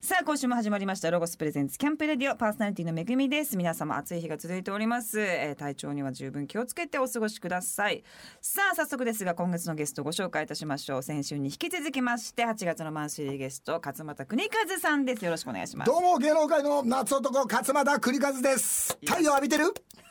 さあ今週も始まりましたロゴスプレゼンツキャンプレディオ、パーソナリティのめぐみです。皆様暑い日が続いております、体調には十分気をつけてお過ごしください。さあ早速ですが今月のゲストをご紹介いたしましょう。先週に引き続きまして8月のマンスリーゲスト勝俣邦和さんです。よろしくお願いします。 どうも芸能界の夏男勝俣邦和です。太陽浴びてる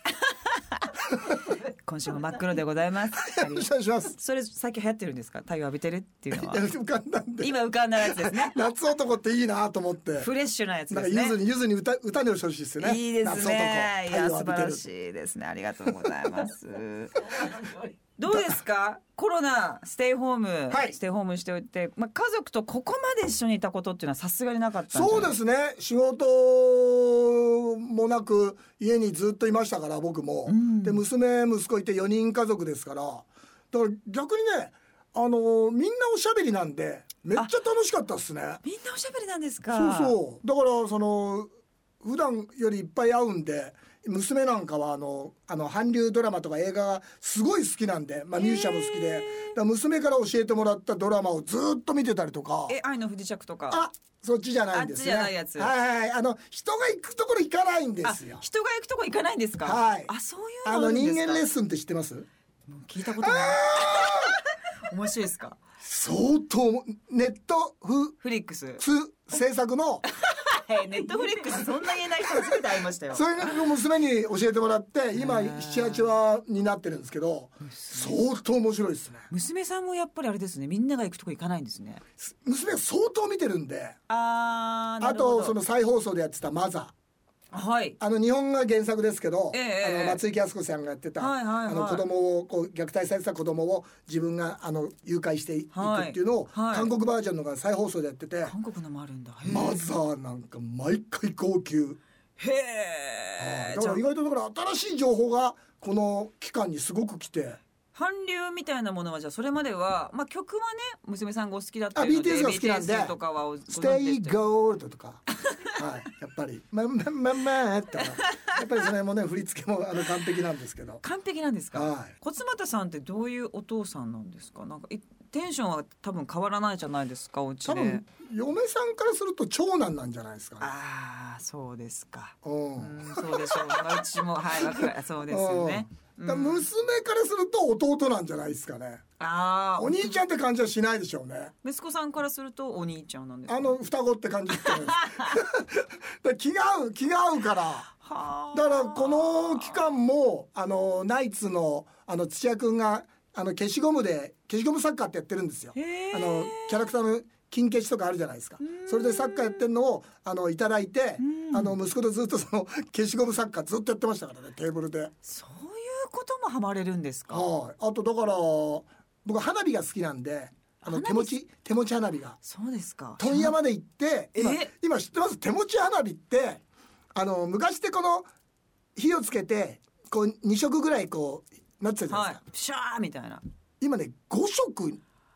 今週も真っ黒でございます。 よろしくお願いします。 それ最近流行ってるんですか、太陽浴びてるっていうのは。 浮かんだんで今浮かんだやつですね。 夏男っていいなと思ってフレッシュなやつですね。 なんかゆずに歌にしてほしいですよね。 いいですね。 夏男いや素晴らしいですね。ありがとうございますどうですかコロナステイホーム、 はい、 ステイホームしておいて、家族とここまで一緒にいたことっていうのはさすがになかったんじゃない？ そうですね。仕事もなく家にずっといましたから僕も、で娘息子いて4人家族ですから、だから逆にねみんなおしゃべりなんでめっちゃ楽しかったですね。 みんなおしゃべりなんですか？ そうだから普段よりいっぱい会うんで、娘なんかは韓流ドラマとか映画がすごい好きなんで、ミュージシャンも好きで、だから娘から教えてもらったドラマをずっと見てたりとか。 愛の不時着とか。 あ、そっちじゃないんですね。 あっちじゃないやつ。 はいはい、人が行くところ行かないんですよ。 人が行くところ行かないんですか？ はい。 そういうのあるんですか？ 人間レッスンって知ってます？ 聞いたことない面白いですか？ 相当ネットフリックス制作のネットフリックスそんな言えない人初めて会いましたよ。 それの娘に教えてもらって今 7,8 話になってるんですけど、相当面白いですね。 娘さんもやっぱりあれですね、みんなが行くとこ行かないんですね。 娘は相当見てるんで。 あと再放送でやってたマザー、 はい、 日本が原作ですけど、松井康子さんがやってた、子供を虐待されてた子供を自分が誘拐していくっていうのを、韓国バージョンのが再放送でやってて、 韓国のもあるんだ。 マザーなんか毎回号泣。 へえ。 だから意外と新しい情報がこの期間にすごく来て、 韓流みたいなものはじゃあそれまでは、曲はね娘さんがお好きだったので BTS が好きなんで BTS とかはステイゴールドとかはい、やっぱりってやっぱりそれもね振り付けも完璧なんですけど。 完璧なんですか？ はい。 勝俣さんってどういうお父さんなんですか？なんかテンションは多分変わらないじゃないですかお家で。 多分嫁さんからすると長男なんじゃないですかね。 ああそうですか。 そうでしょううちもはいわかるそうですよね。 娘からすると弟なんじゃないですかね。お兄ちゃんって感じはしないでしょうね。 息子さんからするとお兄ちゃんなんですか？ 双子って感じってだ気が合うから。だからこの期間もナイツの土屋くんが消しゴムサッカーってやってるんですよ。キャラクターの金消しとかあるじゃないですか。それでサッカーやってるのをいただいて、息子とずっと消しゴムサッカーずっとやってましたからね、テーブルで。 そういうこともハマれるんですか？ はい。あとだから僕は花火が好きなんで、手持ち花火が。 そうですか。 問屋まで行って今知ってます？手持ち花火って昔ってこの火をつけて2色ぐらいなってたじゃないですか。 プシャーみたいな。 今ね5色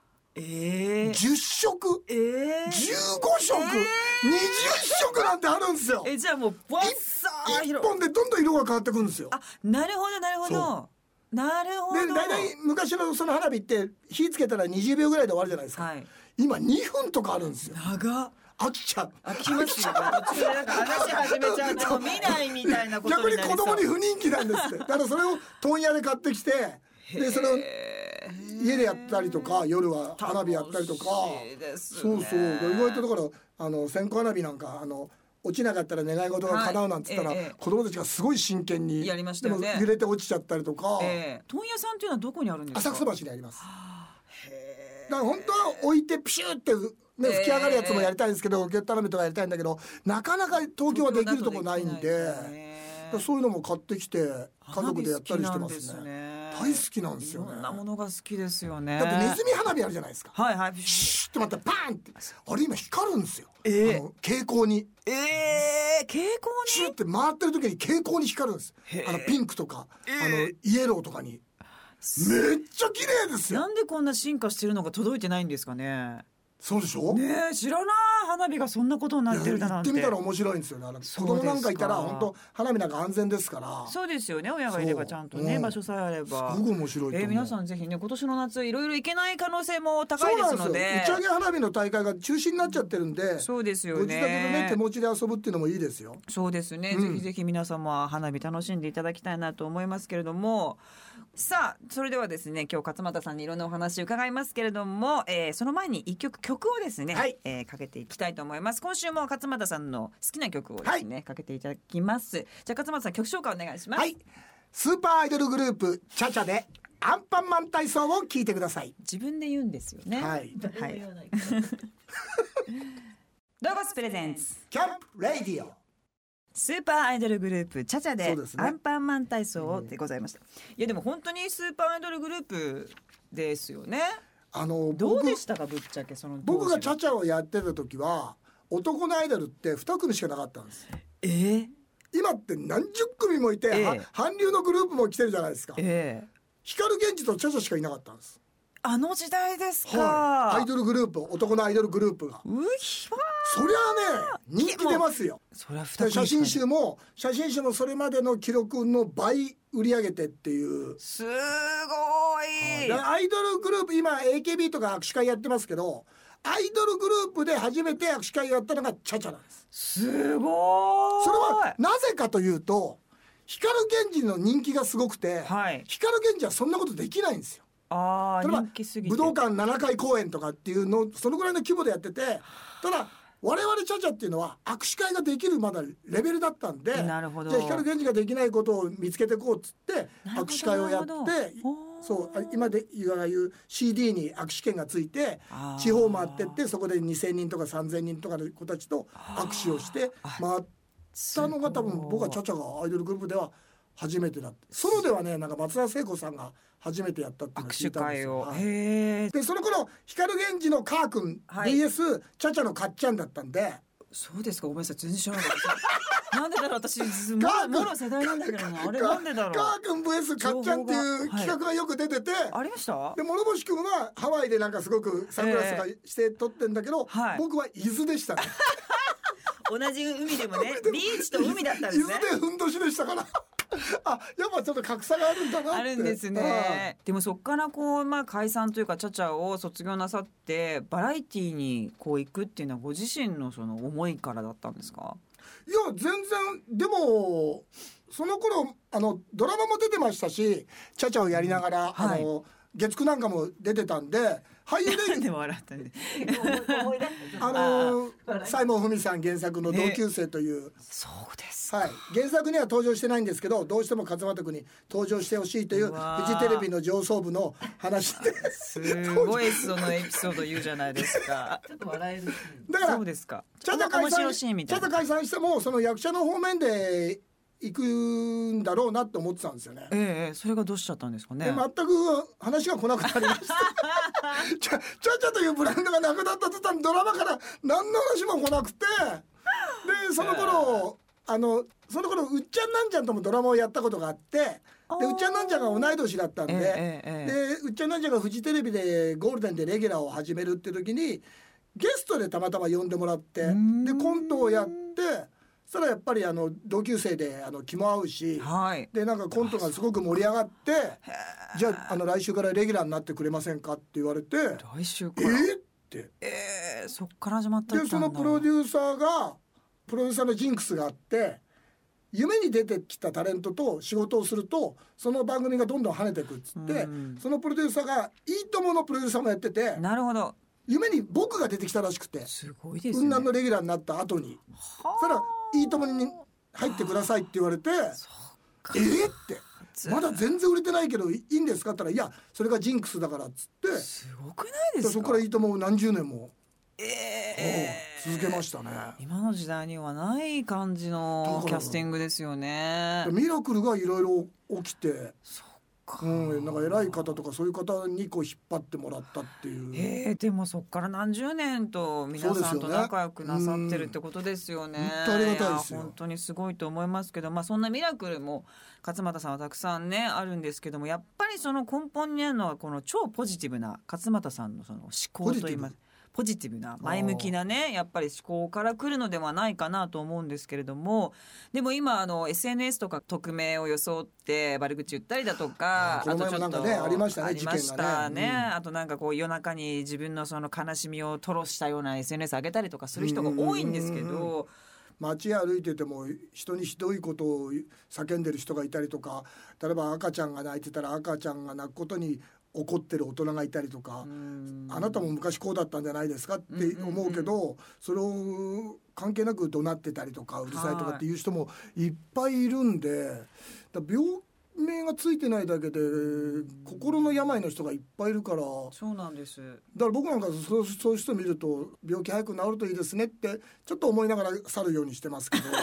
10色、15色、20色なんてあるんですよ。 じゃあもうバッサー 1本でどんどん色が変わってくるんですよ。 なるほどなるほど。で大体昔のその花火って火つけたら20秒ぐらいで終わるじゃないですか。今2分とかあるんですよ。 長っ。 飽きちゃう。 飽きますよ。途中で話始めちゃうと見ないみたいなことになりそう。 逆に子供に不人気なんですって。だからそれを問屋で買ってきて、でそれを家でやったりとか、夜は花火やったりとか。そう意外とだから線香花火なんか落ちなかったら願い事が叶うなんて言ったら、子供たちがすごい真剣にやりましたよね。 でも揺れて落ちちゃったりとか。 問屋さんっていうのはどこにあるんですか？ 浅草橋にあります。だから本当は置いてピシューって吹き上がるやつもやりたいんですけど、ゲッタラメとかやりたいんだけど、なかなか東京はできるとこないんで、そういうのも買ってきて家族でやったりしてますね。大好きなんですよね。 いろんなものが好きですよね。 だってネズミ花火あるじゃないですか。 シュッってまたバーンってあれ今光るんですよ。蛍光に。 蛍光にシュッって回ってる時に蛍光に光るんです。ピンクとかイエローとかに。めっちゃ綺麗ですよ。 なんでこんな進化してるのが届いてないんですかね。 そうでしょ。 ねえ、知らない花火がそんなことになってるだなんて。 行ってみたら面白いんですよね。子供なんかいたら本当花火なんか安全ですから。 そうですよね。親がいればちゃんとね、場所さえあればすごく面白いと思う。 皆さんぜひね、今年の夏いろいろ行けない可能性も高いですので。 打ち上げ花火の大会が中止になっちゃってるんで、 そうですよね。 ご自宅でね、手持ちで遊ぶっていうのもいいですよ。 そうですね、ぜひぜひ皆様花火楽しんでいただきたいなと思いますけれども、さあそれではですね、今日勝俣さんにいろんなお話伺いますけれども、その前に一曲をですね、かけていきたいと思います。今週も勝俣さんの好きな曲をですね、かけていただきます。じゃあ勝俣さん、曲紹介お願いします。 はい、スーパーアイドルグループチャチャでアンパンマン体操を聞いてください。 自分で言うんですよね。はい、はい、ロゴスプレゼンツキャンプレディオ、 スーパーアイドルグループチャチャでアンパンマン体操でございました。いやでも本当にスーパーアイドルグループですよね。どうでしたか、ぶっちゃけその僕がチャチャをやってた時は男のアイドルって2組しかなかったんです。今って何十組もいて、韓流のグループも来てるじゃないですか。光源氏とチャチャしかいなかったんです。 あの時代ですか。 はい、アイドルグループ、男のアイドルグループが。そりゃあね、人気出ますよ。 そりゃ写真集もそれまでの記録の倍売り上げてっていう。 すごい。 アイドルグループ、今 AKB とか握手会やってますけど、アイドルグループで初めて握手会やったのがチャチャなんです。 すごい。 それはなぜかというと、光源氏の人気がすごくて、光源氏はそんなことできないんですよ。例えば武道館7回公演とかっていうの、そのぐらいの規模でやってて、ただ我々チャチャっていうのは握手会ができるまだレベルだったんで、じゃあ光源氏ができないことを見つけていこうっつって握手会をやって、そう今で言う CD に握手券がついて地方回ってって、そこで2000人とか3000人とかの子たちと握手をして回ったのが、多分僕はチャチャがアイドルグループでは初めてだって。ソロではね、なんか松田聖子さんが初めてやったっていうのを聞いたんですよ。でその頃光源氏のカー君 VS チャチャのかっちゃんだったんで。 そうですか、ごめんなさい、全然知らなかったなんでだろう、私もろ世代なんだけどな。あれなんでだろう。 カー君 VS かっちゃんっていう企画がよく出てて、 ありました。 で諸星君はハワイでなんかすごくサングラスとかして撮ってんだけど、僕は伊豆でしたね同じ海でもね、ビーチと海だったんですね。 伊豆でふんどしでしたからあ、やっぱちょっと格差があるんだなって。 あるんですね。でもそっから解散というかチャチャを卒業なさってバラエティに行くっていうのはご自身のその思いからだったんですか。 いや全然、でもその頃ドラマも出てましたし、チャチャをやりながら、月9なんかも出てたんで、俳優で笑ったね西門文さん原作の同級生という、 そうです、 原作には登場してないんですけど、どうしても勝俣君に登場してほしいというフジテレビの上層部の話ですごいそのエピソード言うじゃないですかちょっと笑える。だからそうですか。 ちゃんと解散してもその役者の方面で行くんだろうなって思ってたんですよね。 それがどうしちゃったんですかね。 全く話が来なくなりましたチャチャというブランドがなくなった途端、ドラマから何の話も来なくて、でその頃うっちゃんなんちゃんともドラマをやったことがあって、でうっちゃんなんちゃんが同い年だったんで、でうっちゃんなんちゃんがフジテレビでゴールデンでレギュラーを始めるって時にゲストでたまたま呼んでもらって、でコントをやって、そしたらやっぱり同級生で気も合うし、でなんかコントがすごく盛り上がって、じゃあ来週からレギュラーになってくれませんかって言われて、 来週からってそっから始まったんだ。 でそのプロデューサーのジンクスがあって、夢に出てきたタレントと仕事をするとその番組がどんどん跳ねてくっつって、そのプロデューサーがいいとものプロデューサーもやってて、 なるほど、 夢に僕が出てきたらしくて、 すごいですね。 雲南のレギュラーになった後に、そしたらいいともに入ってくださいって言われて、ってまだ全然売れてないけどいいんですかって言ったら、いやそれがジンクスだからっつって、 すごくないですか。 そこからいいとも何十年も続けましたね。 今の時代にはない感じのキャスティングですよね。 ミラクルがいろいろ起きて、なんか偉い方とかそういう方に引っ張ってもらったっていう。 でもそっから何十年と皆さんと仲良くなさってるってことですよね。 本当ありがたいですよ。 本当にすごいと思いますけど、そんなミラクルも勝俣さんはたくさんねあるんですけども、やっぱりその根本にあるのはこの超ポジティブな勝俣さんのその思考といいますポジティブな前向きなねやっぱり思考から来るのではないかなと思うんですけれども、でも今SNS とか匿名を装って悪口言ったりだとか、 この前もなんかねありましたね、事件がね、 あとなんかこう夜中に自分のその悲しみを吐露したような SNS 上げたりとかする人が多いんですけど、 街歩いてても人にひどいことを叫んでる人がいたりとか、例えば赤ちゃんが泣いてたら赤ちゃんが泣くことに怒ってる大人がいたりとか、あなたも昔こうだったんじゃないですかって思うけど、それを関係なく怒鳴ってたりとかうるさいとかっていう人もいっぱいいるんで、病名がついてないだけで心の病の人がいっぱいいるから。 そうなんです。だから僕なんかそういう人見ると病気早く治るといいですねってちょっと思いながら去るようにしてますけど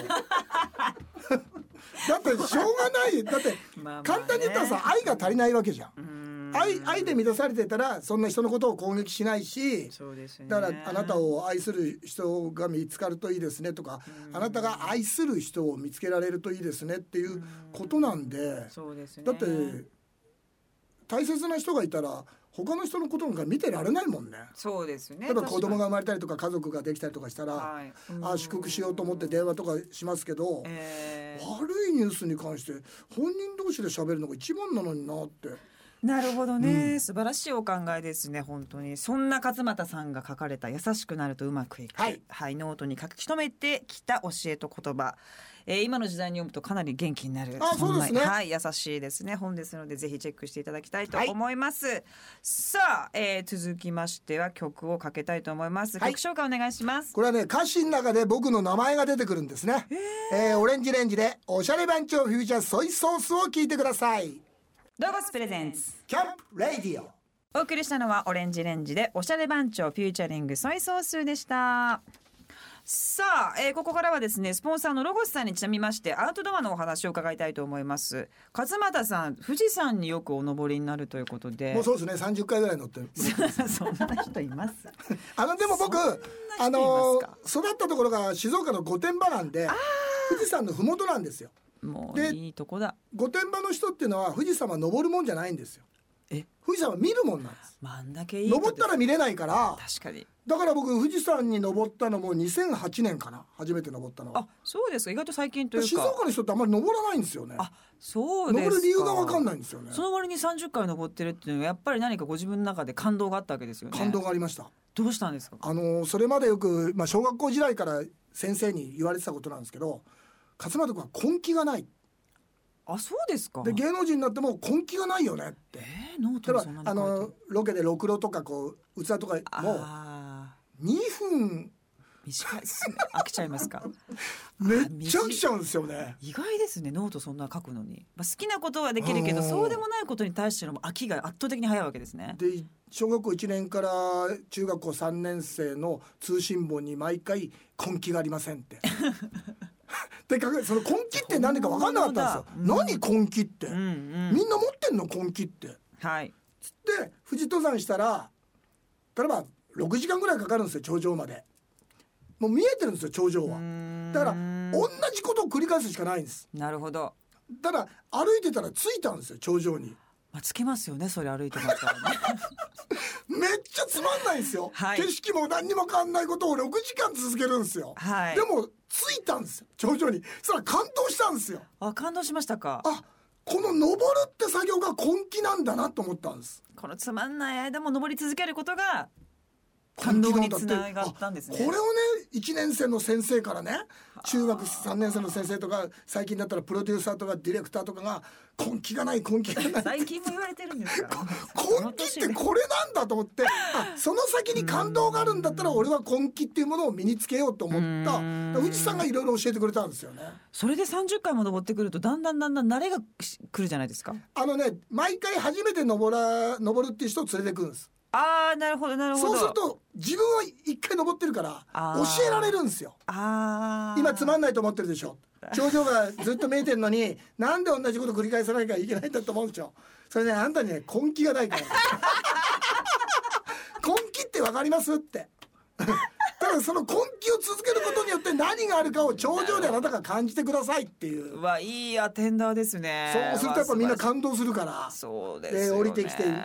だってしょうがない。だって簡単に言ったらさ、愛が足りないわけじゃん。愛で満たされてたらそんな人のことを攻撃しないし、 そうですね、 だからあなたを愛する人が見つかるといいですねとか、あなたが愛する人を見つけられるといいですねっていうことなんで、 そうですね、 だって大切な人がいたら他の人のことなんか見てられないもんね。 そうですね。 例えば子供が生まれたりとか家族ができたりとかしたら、祝福しようと思って電話とかしますけど、悪いニュースに関して本人同士で喋るのが一番なのになって。 なるほどね、素晴らしいお考えですね。本当にそんな勝俣さんが書かれた優しくなるとうまくいく、ノートに書き留めてきた教えと言葉、今の時代に読むとかなり元気になる、 そうですね、 優しいですね本ですのでぜひチェックしていただきたいと思います、さあ、続きましては曲をかけたいと思います、曲紹介お願いします。 これはね、歌詞の中で僕の名前が出てくるんですね、オレンジレンジでおしゃれ番長フューチャーソイソースを聞いてください。 ロゴスプレゼンツキャンプレディオ、 お送りしたのはオレンジレンジでおしゃれ番長フューチャリングソイソースでした。さあ、ここからはですねスポンサーのロゴスさんにちなみましてアウトドアのお話を伺いたいと思います。勝俣さん、富士山によくお登りになるということで。 もうそうですね、30回ぐらい乗ってるそんな人いますでも僕育ったところが静岡の御殿場なんで富士山のふもとなんですよ。 もういいとこだ。 御殿場の人っていうのは富士山は登るもんじゃないんですよ。富士山は見るもんなんです。 あんだけいい登ったら見れないから。 確かに。 だから僕富士山に登ったのも2008年かな、初めて登ったのは。 そうですか。意外と最近というか。 静岡の人ってあんまり登らないんですよね。 そうですか。 登る理由が分かんないんですよね。 その割に30回登ってるっていうのはやっぱり何かご自分の中で感動があったわけですよね。 感動がありました。 どうしたんですか。 それまでよく、小学校時代から先生に言われてたことなんですけど、勝俣君は根気がない。 そうですか。 で芸能人になっても根気がないよねって。 ノートにそんなに書いてる。 ロケでろくろとかこう器とかも2分短いですね。飽きちゃいますか。 めっちゃ飽きちゃうんですよね。 意外ですね、ノートそんな書くのに、好きなことはできるけどそうでもないことに対しての飽きが圧倒的に早いわけですね。 で小学校1年から中学校3年生の通信簿に毎回根気がありませんってでその根気って何か分かんなかったんですよ。何根気って、みんな持ってんの根気って。つって富士登山したら例えば6時間ぐらいかかるんですよ、頂上まで。もう見えてるんですよ、頂上は。だから同じことを繰り返すしかないんです。 なるほど。 ただ歩いてたら着いたんですよ、頂上に。 つきますよね、それ歩いてますからねめっちゃつまんないんですよ、景色も何にも変わんないことを6時間続けるんですよ、でも着いたんですよ、頂上に。それは感動したんですよ。 感動しましたか。 この登るって作業が根気なんだなと思ったんです。 このつまんない間も登り続けることが感動につながったんですね。 これをね、1年生の先生からね、中学3年生の先生とか最近だったらプロデューサーとかディレクターとかが根気がない根気がない最近も言われてるんですか根気ってこれなんだと思って、その先に感動があるんだったら俺は根気っていうものを身につけようと思った。富士山がいろいろ教えてくれたんですよね。 それで30回も登ってくるとだんだん慣れが来るじゃないですか。 毎回初めて登るっていう人を連れてくるんです。 なるほどなるほど。 そうすると自分は一回登ってるから教えられるんですよ。今つまんないと思ってるでしょ、頂上がずっと見えてるのになんで同じこと繰り返さなきゃいけないんだと思うでしょ。それね、あんたにね根気がないから根気ってわかりますってだからその根気を続けることによって何があるかを頂上であなたが感じてくださいっていう。 いいアテンダーですね。 そうするとやっぱみんな感動するから。 そうですよね。 で降りてきて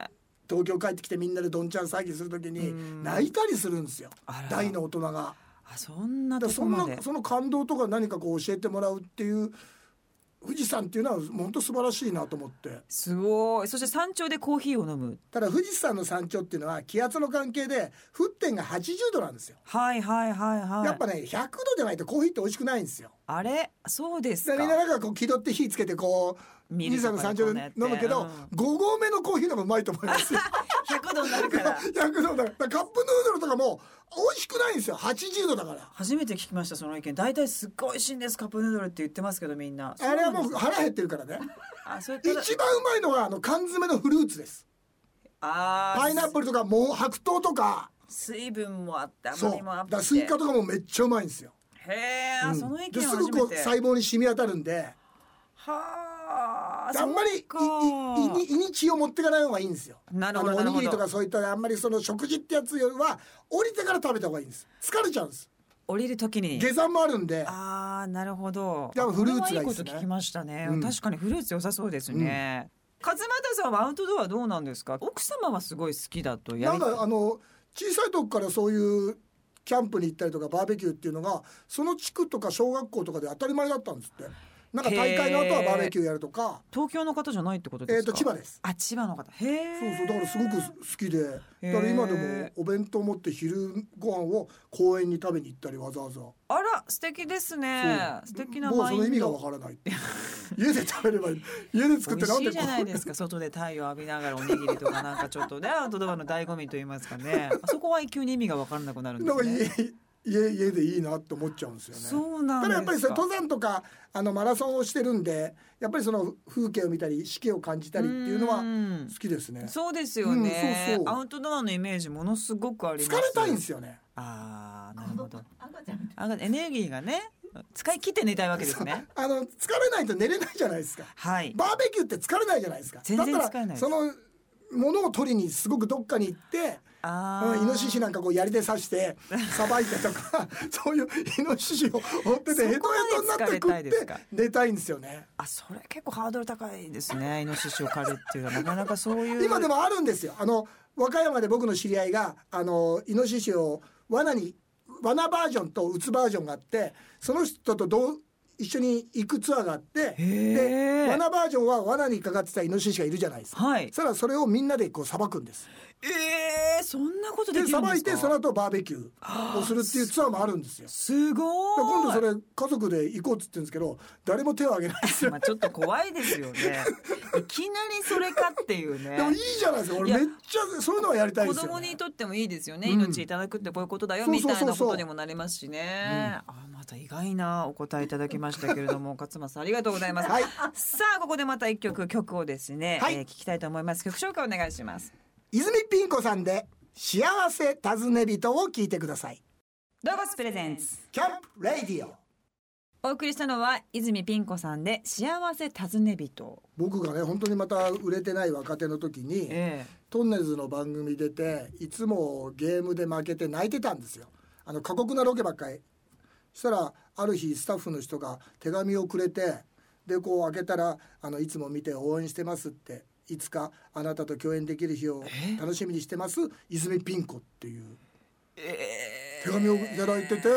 東京帰ってきてみんなでどんちゃん騒ぎするときに泣いたりするんですよ、大の大人が。 そんなとこまでその感動とか何かこう教えてもらうっていう富士山っていうのは本当素晴らしいなと思って。 すごい。そして山頂でコーヒーを飲む。 ただ富士山の山頂っていうのは気圧の関係で沸点が80度なんですよ。 はいはいはいはい。 やっぱね100度でないとコーヒーって美味しくないんですよ。 あれそうですか。 みんななんかこう気取って火つけてこう富士山の山頂で飲むけど、5合目のコーヒーの方がうまいと思いますよ。 100度になるから 100度だからカップヌードルとかも美味しくないんですよ、80度だから。 初めて聞きましたその意見。大体すっごい美味しいんですカップヌードルって言ってますけど、みんな。 あれはもう腹減ってるからね。 それ一番うまいのは缶詰のフルーツです。パイナップルとかもう白桃とか水分もあって甘みもあって、 だスイカとかもめっちゃうまいんですよ。 へえ、その意見は初めて。 ですぐこう細胞に染み当たるんで、 はあんまり胃に血を持っていかない方がいいんですよ。 なるほど。 おにぎりとかそういったあんまりその食事ってやつよりは降りてから食べた方がいいんです。疲れちゃうんです。 降りる時に下山もあるんで。 なるほど。 フルーツがいいですね。 いいこと聞きましたね、確かにフルーツ良さそうですね、勝俣さんはアウトドアどうなんですか。奥様はすごい好きだと。 なんか小さい時からそういうキャンプに行ったりとかバーベキューっていうのがその地区とか小学校とかで当たり前だったんですって。なんか大会の後はバーベキューやるとか。 東京の方じゃないってことですか。 千葉です。 千葉の方。へえ。 そうだからすごく好きで、だから今でもお弁当持って昼ご飯を公園に食べに行ったりわざわざ。 あら素敵ですね。素敵なマインド。 もうその意味がわからない家で食べればいい。家で作ってなんで。 美味しいじゃないですか。外で太陽浴びながらおにぎりとかなんかちょっとねアウトドアの醍醐味と言いますかね。そこは急に意味がわからなくなるんですね。 なんか家でいいなって思っちゃうんですよね。 そうなんですか。 ただやっぱり登山とかマラソンをしてるんでやっぱりその風景を見たり四季を感じたりっていうのは好きですね。 そうですよね、アウトドアのイメージものすごくあります。 疲れたいんですよね。 なるほど。エネルギーがね使い切って寝たいわけですね。 疲れないと寝れないじゃないですか、 はい、 バーベキューって疲れないじゃないですか。 全然疲れないです。 だったらそのものを取りにすごくどっかに行ってイノシシなんかこう槍で刺してさばいてとかそういうイノシシを追っててヘトヘトになって食って寝たいんですよね。 それ結構ハードル高いですね。イノシシを狩るっていうのはなかなかそういう今でもあるんですよ。和歌山で僕の知り合いがイノシシを罠バージョンと撃つバージョンがあって、その人と一緒に行くツアーがあって、で罠バージョンは罠にかかってたイノシシがいるじゃないですか、そしたらそれをみんなでこうさばくんです。 そんなことできるんですか。 さばいてその後バーベキューをするっていうツアーもあるんですよ。 すごい。 今度それ家族で行こうっつってるんですけど誰も手を挙げないですよ。 ちょっと怖いですよねいきなりそれかっていうね。 でもいいじゃないですか。俺めっちゃそういうのはやりたいですよ、ね、 子供にとってもいいですよね、命いただくってこういうことだよみたいなことにもなりますしね。また意外なお答えいただきましたけれども勝間さんありがとうございます、さあここでまた一曲をですね、聞きたいと思います。曲紹介お願いします。 泉ピン子さんで幸せ尋ね人を聞いてください。 ロゴスプレゼンツキャンプレディオ。 お送りしたのは泉ピン子さんで幸せ尋ね人。 僕がね本当にまた売れてない若手の時に、トンネルズの番組出ていつもゲームで負けて泣いてたんですよ。過酷なロケばっかり。そしたらある日スタッフの人が手紙をくれて、でこう開けたらいつも見て応援してますって、いつかあなたと共演できる日を楽しみにしてます、泉ピン子っていう手紙をいただいてて、で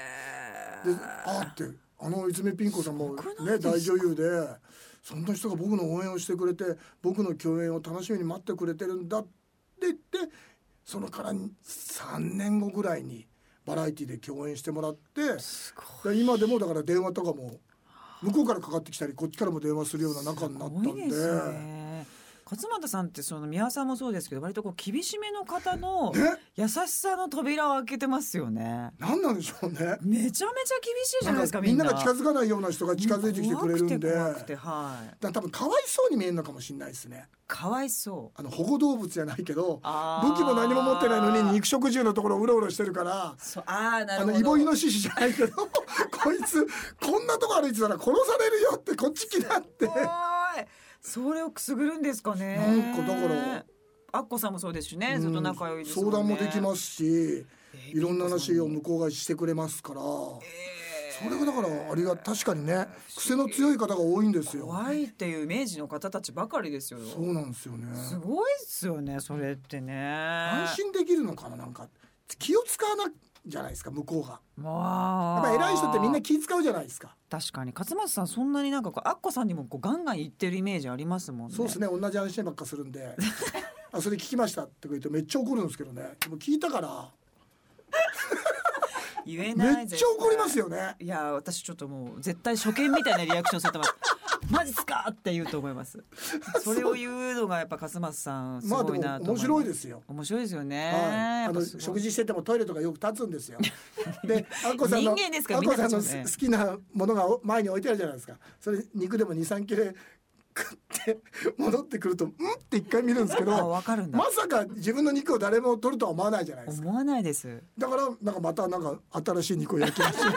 って泉ピン子さんもね大女優で、そんな人が僕の応援をしてくれて僕の共演を楽しみに待ってくれてるんだって言って、そのから3年後ぐらいにバラエティで共演してもらって、今でもだから電話とかも向こうからかかってきたりこっちからも電話するような仲になったんで。すごいですね。 勝俣さんって宮さんもそうですけど割とこう厳しめの方の優しさの扉を開けてますよね。 何なんでしょうね。 めちゃめちゃ厳しいじゃないですか。 みんなが近づかないような人が近づいてきてくれるんで、 怖くて多分かわいそうに見えるのかもしれないですね。 かわいそう。 保護動物じゃないけど武器も何も持ってないのに肉食獣のところをうろうろしてるから、 なるほど。 イボイノシシじゃないけどこいつこんなとこ歩いてたら殺されるよってこっち来なってそれをくすぐるんですかね。 なんかだからアッコさんもそうですしね、ずっと仲良いですもんね。 相談もできますし、いろんな話を向こうがしてくれますから、そそれがだからあれが確かにね癖の強い方が多いんですよ。 怖いっていうイメージの方たちばかりですよ。 そうなんですよね。 すごいですよねそれってね。 安心できるのかな、なんか気を使わなじゃないですか向こうが。 まあやっぱ偉い人ってみんな気使うじゃないですか。 確かに勝俣さんそんなになんかアッコさんにもガンガン言ってるイメージありますもんね。 そうですね、同じ安心ばっかするんであそれ聞きましたって言ってめっちゃ怒るんですけどね。でも聞いたから言えない。 めっちゃ怒りますよね。 いや私ちょっともう絶対初見みたいなリアクションされてますマジっすかって言うと思います。それを言うのがやっぱ勝俣さんすごいなと思います。 面白いですよ。 面白いですよね、 はい、食事しててもトイレとかよく立つんですよ。でアッコさんの人間ですからアッコさんのみんなたちもね好きなものが前に置いてあるじゃないですか。それ肉でも 2,3 切れ食って戻ってくるとって一回見るんですけど、 あ分かるんだ。 まさか自分の肉を誰も取るとは思わないじゃないですか。 思わないです。 だからなんかまたなんか新しい肉を焼き始めた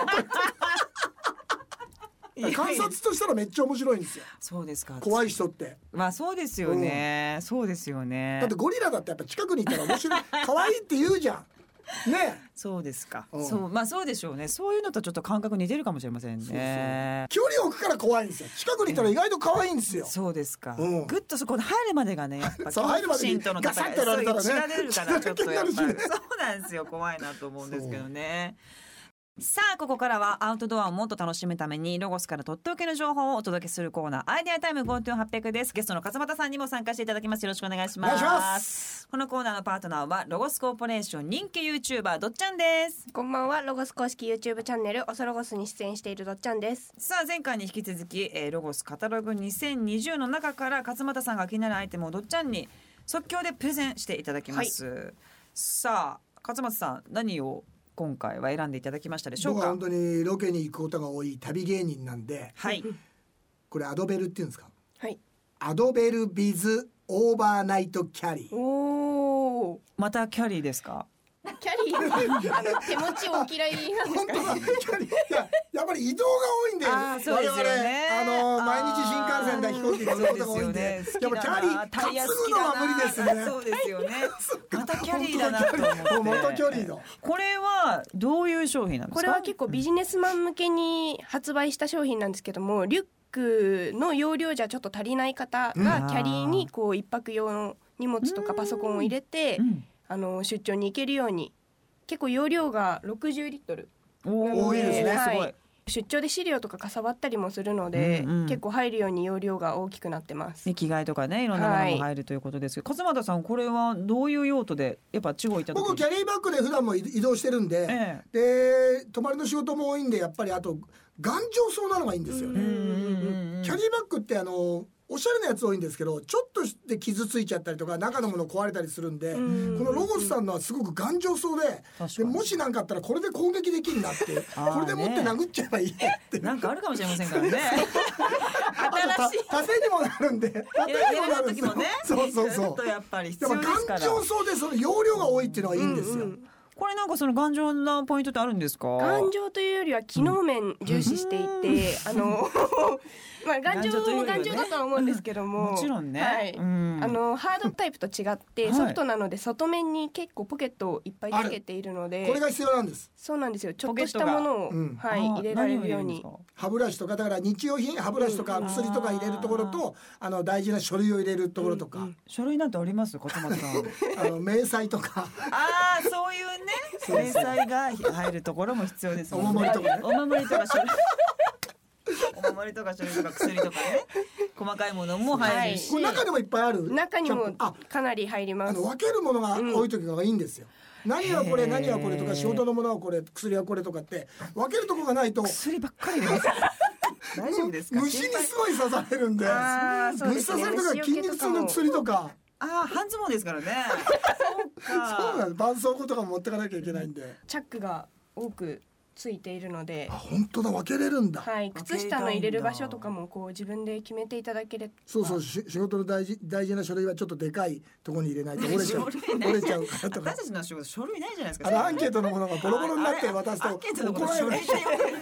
観察としたらめっちゃ面白いんですよ。 そうですか。 怖い人ってまあそうですよね、そうですよね。 だってゴリラだってやっぱ近くにいたら面白い可愛いって言うじゃんね。 そうですか、 うん、 そうまあそうでしょうね。そういうのとちょっと感覚似てるかもしれませんね。 距離を置くから怖いんですよ。近くにいたら意外と可愛いんですよ。 そうですか、 うん、 ぐっとそこに入るまでがねやっぱそう入るまでにとのガサッとやられたらね血が出るからちょっとやっぱ、 血が出るしねそうなんですよ、怖いなと思うんですけどね。さあここからはアウトドアをもっと楽しむためにロゴスからとっておきの情報をお届けするコーナーアイデアタイム GoTo800 です。ゲストの勝俣さんにも参加していただきます。よろしくお願いします。 お願いします。 このコーナーのパートナーはロゴスコーポレーション人気 YouTuber どっちゃんです。 こんばんは。ロゴス公式 YouTube チャンネルおそロゴスに出演しているどっちゃんです。 さあ前回に引き続き、ロゴスカタログ2020の中から勝俣さんが気になるアイテムをどっちゃんに即興でプレゼンしていただきます、はい、さあ勝俣さん何を今回は選んでいただきましたでしょうか。 僕は本当にロケに行くことが多い旅芸人なんで、 はい、 これアドベルっていうんですか。 はい、 アドベルビズオーバーナイトキャリー。 おー、 またキャリーですか。 キャリー手持ちお嫌いなんですかね。 本当だキャリー。いやっぱり移動が多いんで、 そうですよね、 我々毎日新幹線だ飛行機で乗ることが多いんで、やっぱキャリー担ぐのは無理ですね。 そうですよねまたキャリーだなと思ってまたキャリーだ。 これはどういう商品なんですか。 これは結構ビジネスマン向けに発売した商品なんですけども、リュックの容量じゃちょっと足りない方がキャリーにこう一泊用の荷物とかパソコンを入れて、出張に行けるように。結構容量が60リットル多いですね、 はい、 すごい。 出張で資料とかかさばったりもするので、結構入るように容量が大きくなってます。 着替えとかねいろんなものも入るということですけど、勝俣さんこれはどういう用途でやっぱ地方行った時。 僕キャリーバッグで普段も移動してるんで、で泊まりの仕事も多いんで、やっぱりあと頑丈そうなのがいいんですよね。キャリーバッグっておしゃれなやつ多いんですけど、ちょっとで傷ついちゃったりとか中のもの壊れたりするんで、このロゴスさんのはすごく頑丈そうで、もし何かあったらこれで攻撃できるなって、これで持って殴っちゃえばいいやってなんかあるかもしれませんからね新しい盾にもなるんで、盾にもなるんですよ。そうそうそう。 やっぱり必要ですから。 頑丈そうでその容量が多いっていうのがいいんですよ。 これなんかその頑丈なポイントってあるんですか。 頑丈というよりは機能面重視していて、まあ頑丈も頑丈だとは思うんですけども、 もちろんね、 はい、ハードタイプと違ってソフトなので外面に結構ポケットをいっぱいつけているので、 これが必要なんです。 そうなんですよ。ちょっとしたものを、入れられるように。 歯ブラシとかだから日用品、歯ブラシとか薬とか入れるところと、大事な書類を入れるところとか、 書類なんてあります勝俣さん。 明細とかそういうね明細が入るところも必要ですもんね。 お守りとかね、 お守りとか書類お守りとか書類とか薬とかね、細かいものも入るし、 中でもいっぱいある。 中にもかなり入ります。 分けるものが多い時がいいんですよ。何はこれ何はこれとか、仕事のものはこれ、薬はこれとかって分けるとこがないと薬ばっかり入れます。大丈夫ですか。 虫にすごい刺されるんで、虫刺されるとか筋肉痛の薬とか。 半ズボンですからね。 そうなんです。絆創膏とかも持ってかなきゃいけないんで。 チャックが多くついているので、 本当だ、分けれるんだ。 はい、靴下の入れる場所とかもこう自分で決めていただければ。 そうそう、仕事の大事な書類はちょっとでかいところに入れないと折れちゃうからとか。 私たちの仕事書類ないじゃないですか。 アンケートのものがボロボロになって渡すとアンケートのこと書類って呼んでるんですか。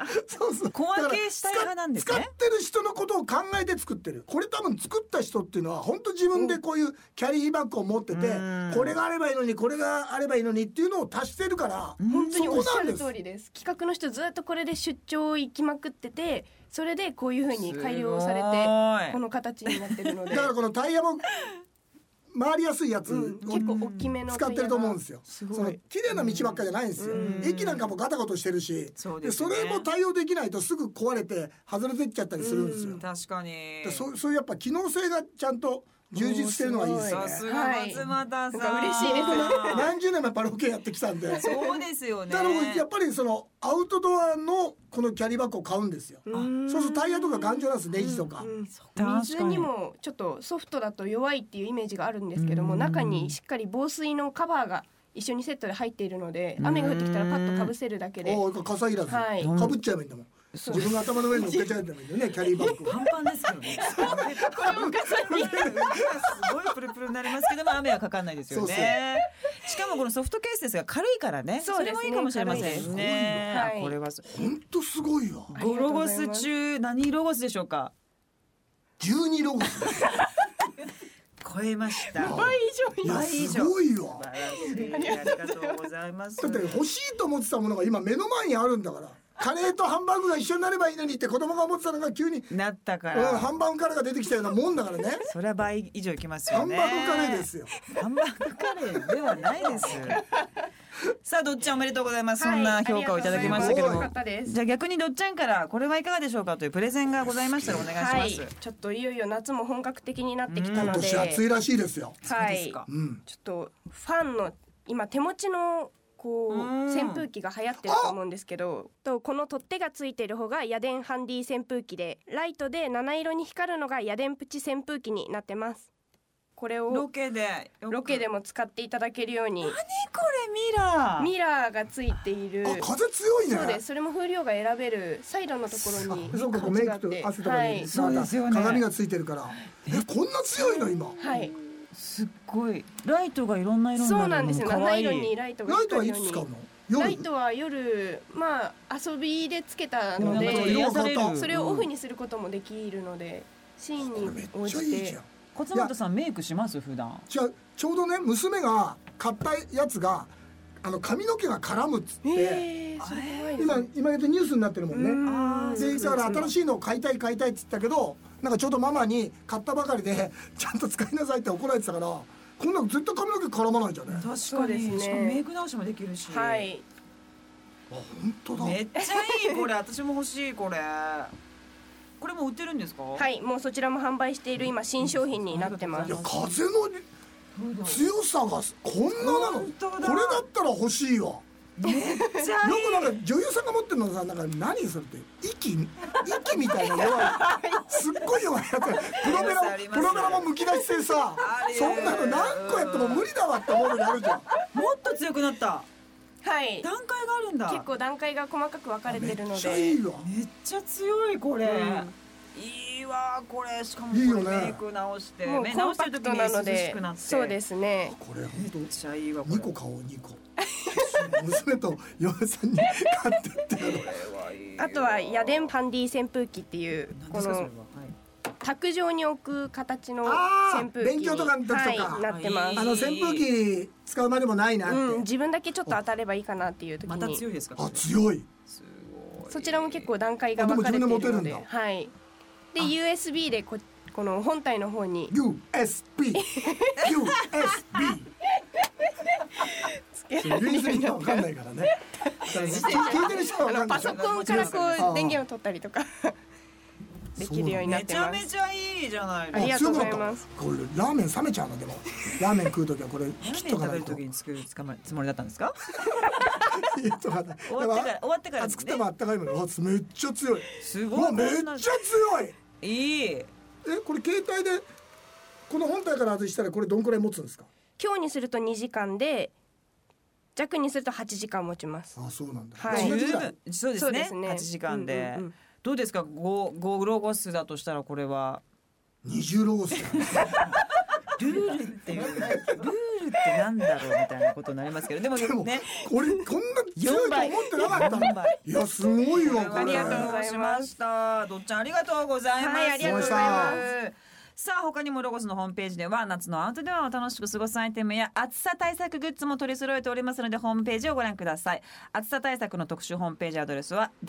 そうそう。 小分けしたい派なんですね。 使ってる人のことを考えて作ってる。これ多分作った人っていうのは本当自分でこういうキャリーバッグを持ってて、これがあればいいのにこれがあればいいのにっていうのを足してるから、 本当におっしゃる通りです。企画の人ずっとこれで出張行きまくってて、それでこういう風に改良されてこの形になってるので、 だからこのタイヤも回りやすいやつを結構大きめの使ってると思うんですよ。その綺麗な道ばっかじゃないんですよ。駅なんかもガタガタしてるし、でそれも対応できないとすぐ壊れて外れてっちゃったりするんですよ。 確かに。 そういうやっぱ機能性がちゃんと充実してるのがいいですよね。 さすが松又さん、 嬉しいです。 何十年もやっぱロケやってきたんで。 そうですよね。 だからやっぱりそのアウトドアのこのキャリーバッグを買うんですよ。そうするとタイヤとか頑丈なんです、ネジとか。 水にもちょっとソフトだと弱いっていうイメージがあるんですけども、中にしっかり防水のカバーが一緒にセットで入っているので、雨が降ってきたらパッとかぶせるだけで、 傘いらず、かぶっちゃえばいいんだもん。自分が頭の上に乗っけちゃえばいいんだよね、キャリーバッグ。 パンパンですけどね。すごいプルプルになりますけども、雨はかかんないですよね。しかもこのソフトケースですが軽いからね、それもいいかもしれませんね。これは本当すごいわ。 5ロゴス中何ロゴスでしょうか。 12ロゴス。 超えました。 倍以上。 すごいわ。 ありがとうございます。 だって欲しいと思ってたものが今目の前にあるんだから。カレーとハンバーグが一緒になればいいのにって子供が思ってたのが急になったから、 ハンバーグカレーが出てきたようなもんだからね。 それは倍以上いきますよね。 ハンバーグカレーですよ。 ハンバーグカレーではないです。さあどっちゃんおめでとうございます。そんな評価をいただきましたけども、じゃあ逆にどっちゃんからこれはいかがでしょうかというプレゼンがございましたらお願いします。 ちょっといよいよ夏も本格的になってきたので、 今年暑いらしいですよ。 はい、ちょっとファンの今手持ちのこう扇風機が流行ってると思うんですけど、この取っ手がついてる方がヤデンハンディ扇風機で、ライトで七色に光るのがヤデンプチ扇風機になってます。これをロケでも使っていただけるように。 何これミラーがついている。 風強いね。 そうです。それも風量が選べるサイドのところにそうか、メイクと汗とかに鏡がついてるから。こんな強いの今。 はい。 すっごいライトがいろんな色になるの。 そうなんですよ。七色にライトが光るように。ライトはいつ使うの？ ライトは夜、遊びでつけたので、それをオフにすることもできるので、シーンに応じて。 勝俣さんメイクします普段？ じゃあちょうどね、娘が買ったやつが髪の毛が絡むっつって、今ニュースになってるもんね。でだから新しいのを買いたいって言ったけど、なんかちょうどママに買ったばかりでちゃんと使いなさいって怒られてたから、こんなの絶対髪の毛絡まないじゃんね。 確かに。しかもメイク直しもできるし。 はい。 本当だ。 めっちゃいいこれ。私も欲しいこれ。これも売ってるんですか？ はい、もうそちらも販売している今新商品になってます。 いや、風の強さがこんななの。これだったら欲しいわ。 めっちゃいい。 よくなんか女優さんが持ってるのさ、なんか何それって息みたいな弱いすっごい弱いやつ。プロペラもむき出しでさ、そんなの何個やっても無理だわって思うのがあるじゃん。 もっと強くなった。 はい、 段階があるんだ。 結構段階が細かく分かれてるので、 めっちゃいいわ。 めっちゃ強いこれ。いいわこれ。しかもこれメイク直してもうコンパクトなので、そうですね。 これ本当めっちゃいいわ。 2個買おう2個。娘と嫁さんに買ってってやろう。 あとはヤデンハンディ扇風機っていうこの卓上に置く形の扇風機勉強とかの時とかなってます。 扇風機使うまでもないなって、 自分だけちょっと当たればいいかなっていう時に。 また強いですか？ 強い。 そちらも結構段階が分かれているので、はい。で USB でこの本体の方に USB は分かんないからね。聞いてる人は分かんない。 パソコンからこう電源を取ったりとかできるようになってます。 めちゃめちゃいいじゃない。 ありがとうございます。 これラーメン冷めちゃうの。でもラーメン食うときはこれ切っとかないと。 食べる時に作るつもりだったんですか？ 終わってから作ってもあったかいもの。めっちゃ強い。 すごい。 めっちゃ強い。 いい。 これ携帯でこの本体から外したらこれどんくらい持つんですか？ 強にすると2時間で、弱にすると8時間持ちます。 あ、そうなんだ。 はい。 そうですね。8時間で。どうですか？5ロゴスだとしたらこれは 20ロゴス。 ルールっていうルールってなんだろうみたいなことになりますけど、でもね、 これこんな強いと思ってなかったいやすごいわこれ。 ありがとうございました。どっちゃんありがとうございます。 はい、ありがとうございます。 さあ他にもロゴスのホームページでは夏のアウトドアを楽しく過ごすアイテムや暑さ対策グッズも取り揃えておりますので、ホームページをご覧ください。暑さ対策の特集ホームページアドレスは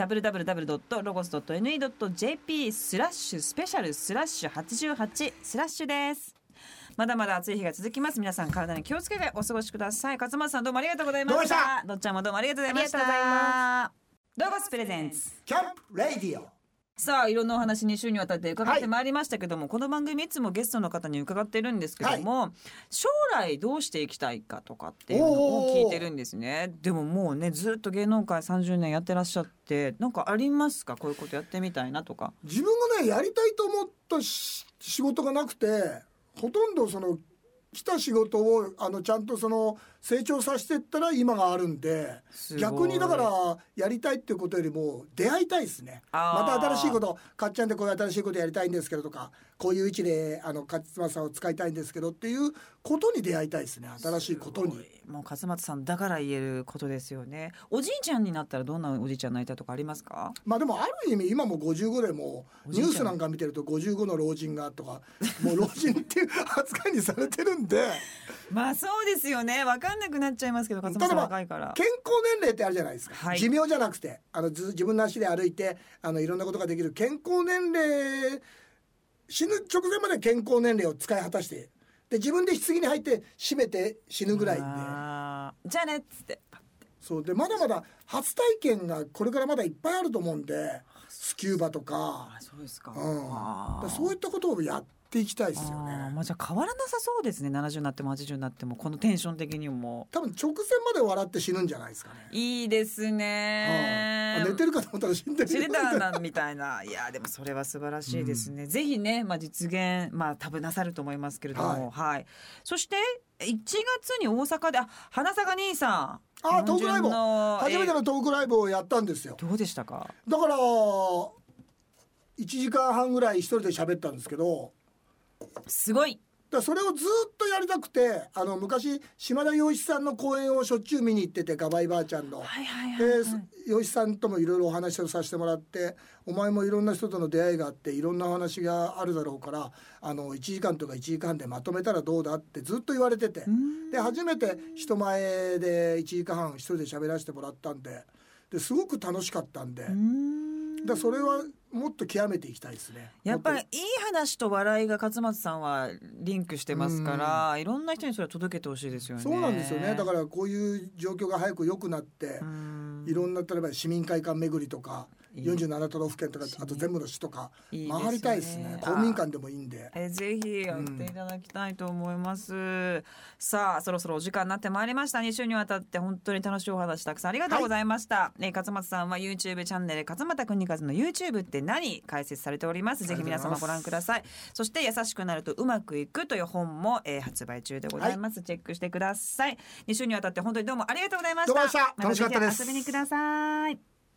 www.logos.ne.jp/スペシャル/88/です。まだまだ暑い日が続きます。皆さん体に気をつけてお過ごしください。勝俣さんどうもありがとうございました。どっちゃんもどうもありがとうございました。ロゴスプレゼンツキャンプレディオ。 さあいろんなお話2週にわたって伺ってまいりましたけども、この番組いつもゲストの方に伺ってるんですけども、将来どうしていきたいかとかっていうのを聞いてるんですね。でももうねずっと芸能界30年やってらっしゃって、なんかありますか、こういうことやってみたいなとか。 自分がねやりたいと思った仕事がなくて、ほとんどその来た仕事をちゃんとその成長させていったら今があるんで、逆にだからやりたいっていうことよりも出会いたいですね。また新しいこと、かっちゃんでこういう新しいことやりたいんですけどとか、こういう位置で勝俣さんを使いたいんですけどっていうことに出会いたいですね。新しいことに。 もう勝俣さんだから言えることですよね。おじいちゃんになったらどんなおじいちゃんになりたいとかありますか？ まあでもある意味今も55でもニュースなんか見てると55の老人がとかもう老人っていう扱いにされてるんでまあそうですよね。分かんなくなっちゃいますけど、勝俣さん若いから。 健康年齢ってあるじゃないですか、寿命じゃなくて自分の足で歩いていろんなことができる健康年齢、死ぬ直前まで健康年齢を使い果たして、で自分で棺に入って閉めて死ぬぐらいで、じゃあねっつって、 そうでまだまだ初体験がこれからまだいっぱいあると思うんで、スキューバとか、 そうですか、 そういったことをやっていきたいですよね。 じゃあ変わらなさそうですね。70になっても80になってもこのテンション的にも多分直前まで笑って死ぬんじゃないですかね。 いいですね、 寝てるかと思ったら死んでるみたいな。いやでもそれは素晴らしいですね、ぜひね、実現多分なさると思いますけれども、そして1月に大阪で花咲兄さんトークライブ初めてのトークライブをやったんですよ。 どうでしたか？ だから1時間半ぐらい一人で喋ったんですけど、 すごい。 それをずっとやりたくて、昔島田洋一さんの公演をしょっちゅう見に行ってて、ガバイばあちゃんの、洋一さんともいろいろお話をさせてもらって、お前もいろんな人との出会いがあっていろんなお話があるだろうから、1時間とか1時間でまとめたらどうだってずっと言われてて、で初めて人前で1時間半一人で喋らせてもらったんで、すごく楽しかったんで、それはもっと極めていきたいですね。 やっぱりいい話と笑いが勝俣さんはリンクしてますから、いろんな人にそれを届けてほしいですよね。 そうなんですよね。だからこういう状況が早く良くなって、いろんな例えば市民会館巡りとか47都道府県とか、あと全部の市とか回りたいですね。公民館でもいいんで、 ぜひやっていただきたいと思います、さあそろそろお時間になってまいりました。2週にわたって本当に楽しいお話たくさんありがとうございました、勝俣さんは YouTube チャンネル勝俣邦和の YouTube って何解説されております。ぜひ皆様ご覧ください。そして優しくなるとうまくいくという本も、発売中でございます、チェックしてください。2週にわたって本当にどうもありがとうございました。 楽しかったです。 遊びにください。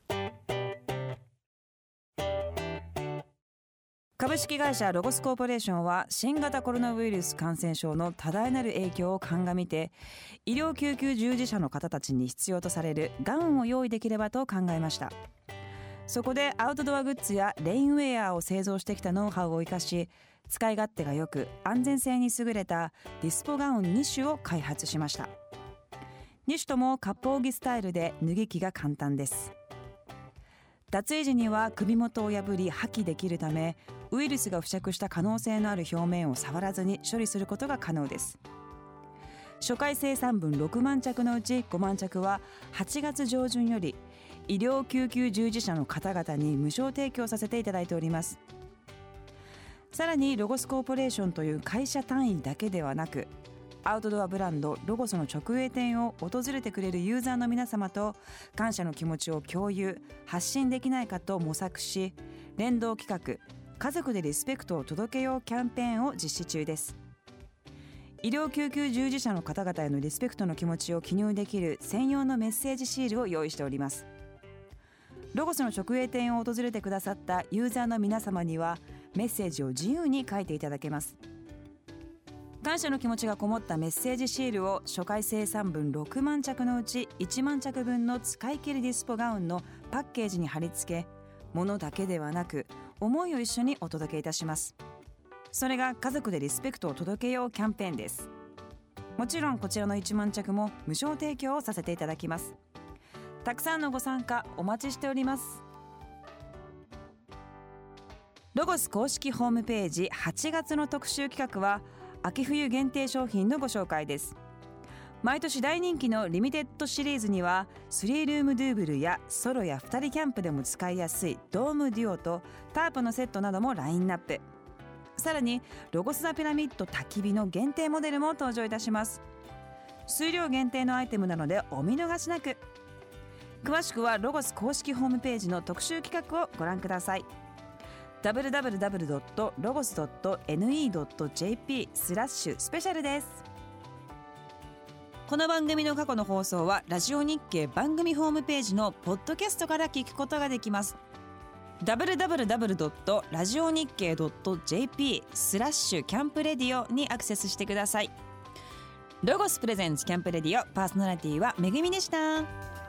株式会社ロゴスコーポレーションは新型コロナウイルス感染症の多大なる影響を鑑みて、医療救急従事者の方たちに必要とされるガウンを用意できればと考えました。そこでアウトドアグッズやレインウェアを製造してきたノウハウを生かし、使い勝手が良く安全性に優れたディスポガウン2種を開発しました。2種とも割烹着スタイルで脱ぎ着が簡単です。脱衣時には首元を破り破棄できるため、ウイルスが付着した可能性のある表面を触らずに処理することが可能です。初回生産分6万着のうち5万着は8月上旬より医療救急従事者の方々に無償提供させていただいております。さらにロゴスコーポレーションという会社単位だけではなく、アウトドアブランドロゴスの直営店を訪れてくれるユーザーの皆様と感謝の気持ちを共有発信できないかと模索し、連動企画家族でリスペクトを届けようキャンペーンを実施中です。医療救急従事者の方々へのリスペクトの気持ちを記入できる専用のメッセージシールを用意しております。ロゴスの直営店を訪れてくださったユーザーの皆様にはメッセージを自由に書いていただけます。 感謝の気持ちがこもったメッセージシールを初回生産分6万着のうち1万着分の使い切りディスポガウンのパッケージに貼り付け、物だけではなく思いを一緒にお届けいたします。それが家族でリスペクトを届けようキャンペーンです。もちろんこちらの1万着も無償提供をさせていただきます。たくさんのご参加お待ちしております。ロゴス公式ホームページ8月の特集企画は秋冬限定商品のご紹介です。毎年大人気のリミテッドシリーズには3ルームドゥーブルやソロや2人キャンプでも使いやすいドームデュオとタープのセットなどもラインナップ。さらにロゴスザピラミッド焚き火の限定モデルも登場いたします。数量限定のアイテムなのでお見逃しなく。詳しくはロゴス公式ホームページの特集企画をご覧ください。www.logos.ne.jp/スペシャルです。この番組の過去の放送はラジオ日経番組ホームページのポッドキャストから聞くことができます。www.radionickei.jp/キャンプレディオにアクセスしてください。ロゴスプレゼンツキャンプレディオ、パーソナリティはめぐみでした。